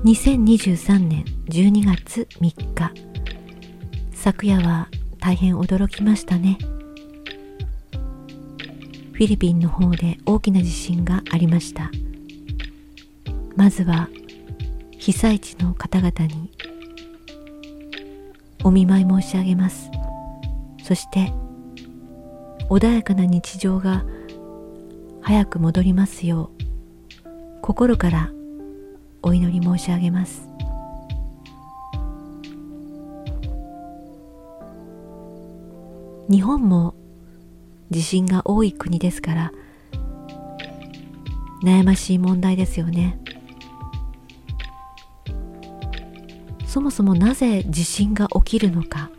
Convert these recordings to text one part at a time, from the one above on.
2023年12月3日、昨夜は大変驚きましたね。フィリピンの方で大きな地震がありました。まずは被災地の方々にお見舞い申し上げます。そして穏やかな日常が早く戻りますよう心からお祈り申し上げます。日本も地震が多い国ですから悩ましい問題ですよね。そもそもなぜ地震が起きるのか、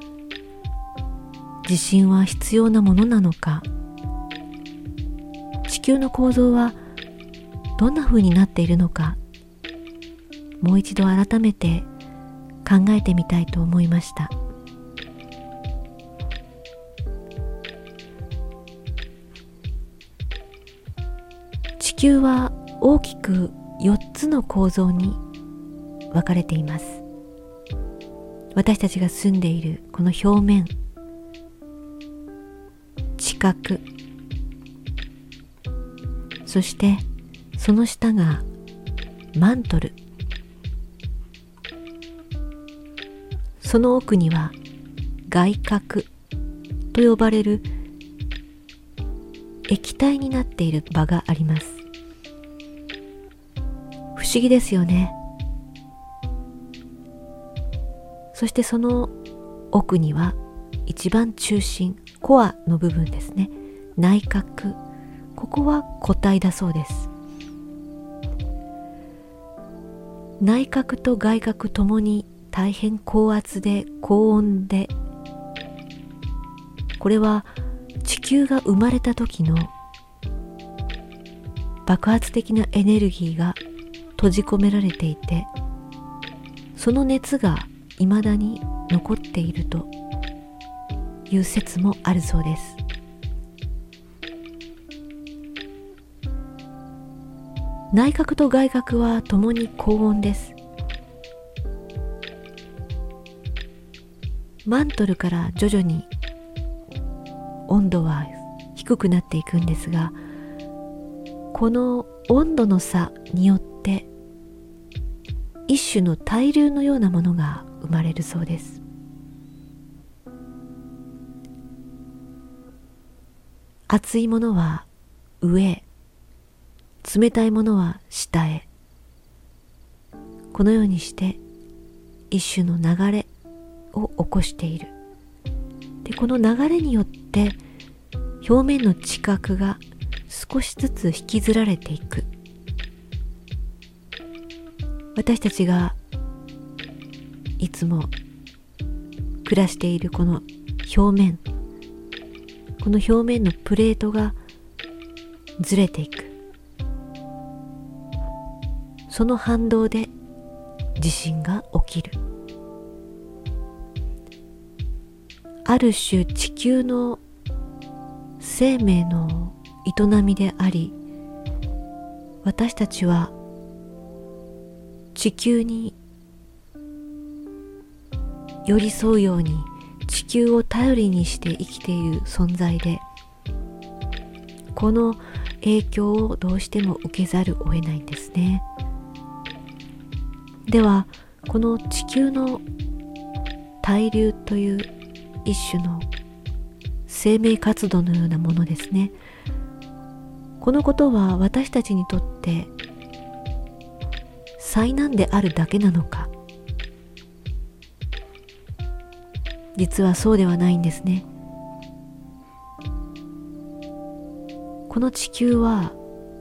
地震は必要なものなのか、地球の構造はどんな風になっているのか、もう一度改めて考えてみたいと思いました。地球は大きく4つの構造に分かれています。私たちが住んでいるこの表面、地殻、そしてその下がマントル、その奥には外核と呼ばれる液体になっている場があります。不思議ですよね。そしてその奥には一番中心、コアの部分ですね、内核、ここは固体だそうです。内核と外核ともに大変高圧で高温で、これは地球が生まれた時の爆発的なエネルギーが閉じ込められていて、その熱が未だに残っているという説もあるそうです。内核と外核はともに高温です。マントルから徐々に温度は低くなっていくんですが、この温度の差によって一種の対流のようなものが生まれるそうです。熱いものは上へ、冷たいものは下へ、このようにして一種の流れを起こしている。で、この流れによって表面の地殻が少しずつ引きずられていく。私たちがいつも暮らしているこの表面、この表面のプレートがずれていく。その反動で地震が起きる。ある種地球の生命の営みであり、私たちは地球に寄り添うように地球を頼りにして生きている存在で、この影響をどうしても受けざるを得ないんですね。ではこの地球の対流という一種の生命活動のようなものですね。このことは私たちにとって災難であるだけなのか。実はそうではないんですね。この地球は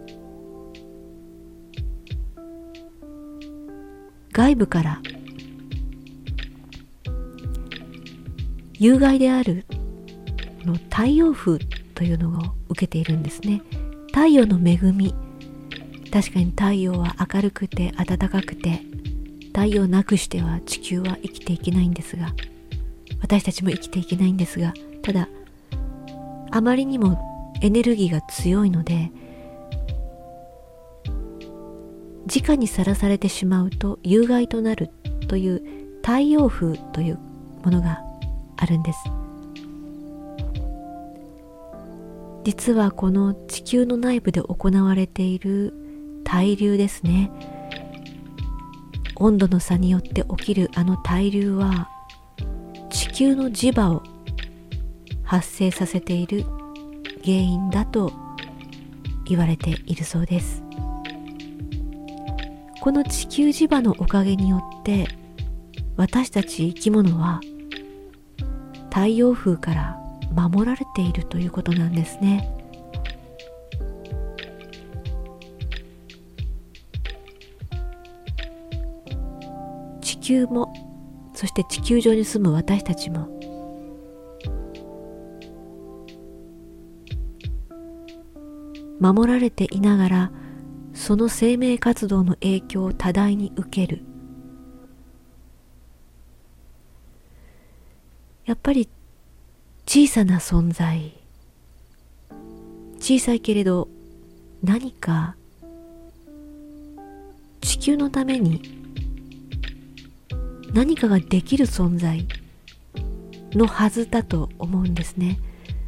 外部から有害である太陽風というのを受けているんですね。太陽の恵み、確かに太陽は明るくて暖かくて、太陽なくしては地球は生きていけないんですが、私たちも生きていけないんですが、ただあまりにもエネルギーが強いので、 直にさらされてしまうと有害となるという太陽風というものがあるんです。実はこの地球の内部で行われている対流ですね。温度の差によって起きるあの対流は地球の磁場を発生させている原因だと言われているそうです。この地球磁場のおかげによって私たち生き物は太陽風から守られているということなんですね。地球も、そして地球上に住む私たちも守られていながら、その生命活動の影響を多大に受ける。やっぱり小さな存在、小さいけれど何か地球のために何かができる存在のはずだと思うんですね。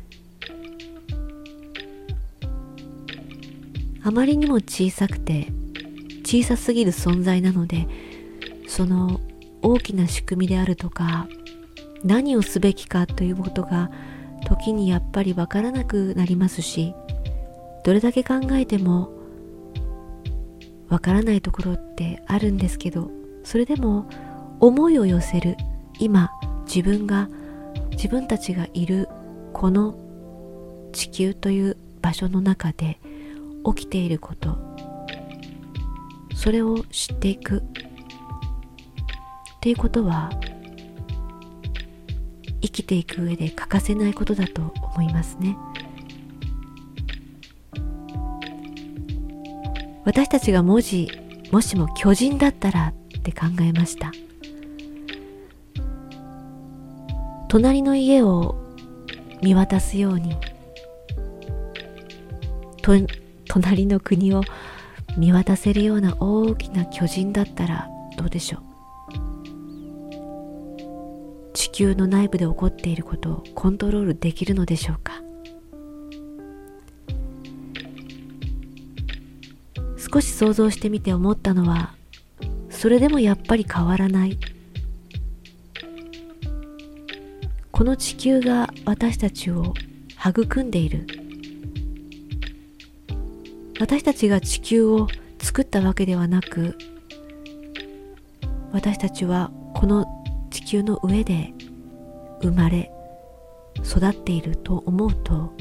あまりにも小さくて小さすぎる存在なので、その大きな仕組みであるとか何をすべきかということが時にやっぱりわからなくなりますし、どれだけ考えてもわからないところってあるんですけど、それでも思いを寄せる今自分たちがいるこの地球という場所の中で起きていること、それを知っていくっていうことは生きていく上で欠かせないことだと思いますね。私たちがもしも巨人だったらって考えました。隣の家を見渡すように隣の国を見渡せるような大きな巨人だったらどうでしょう。地球の内部で起こっていることをコントロールできるのでしょうか。少し想像してみて思ったのは、それでもやっぱり変わらない。この地球が私たちを育んでいる。私たちが地球を作ったわけではなく、私たちはこの地球の上で生まれ育っていると思うと、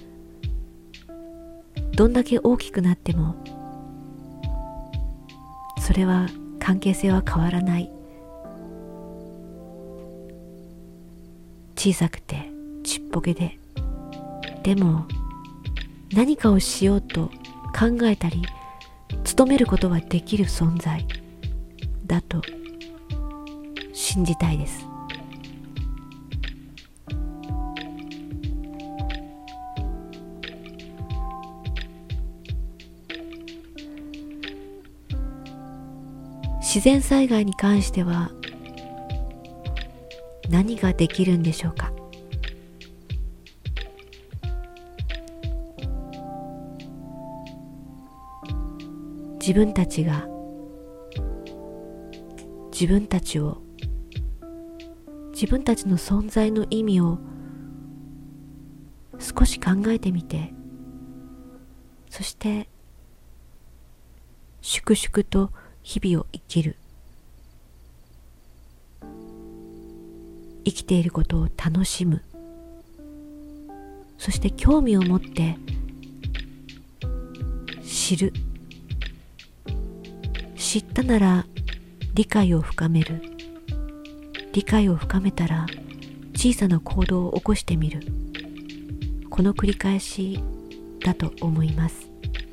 どんだけ大きくなってもそれは関係性は変わらない。小さくてちっぽけで、でも何かをしようと考えたり努めることはできる存在だと信じたいです。自然災害に関しては何ができるんでしょうか。自分たちが自分たちの存在の意味を少し考えてみて、そして粛々と日々を生きる、生きていることを楽しむ、そして興味を持って知る。知ったなら理解を深める。理解を深めたら小さな行動を起こしてみる。この繰り返しだと思います。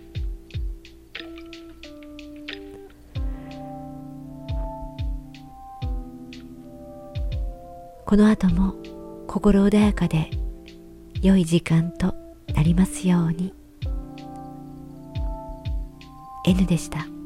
この後も心穏やかで良い時間となりますように。N でした。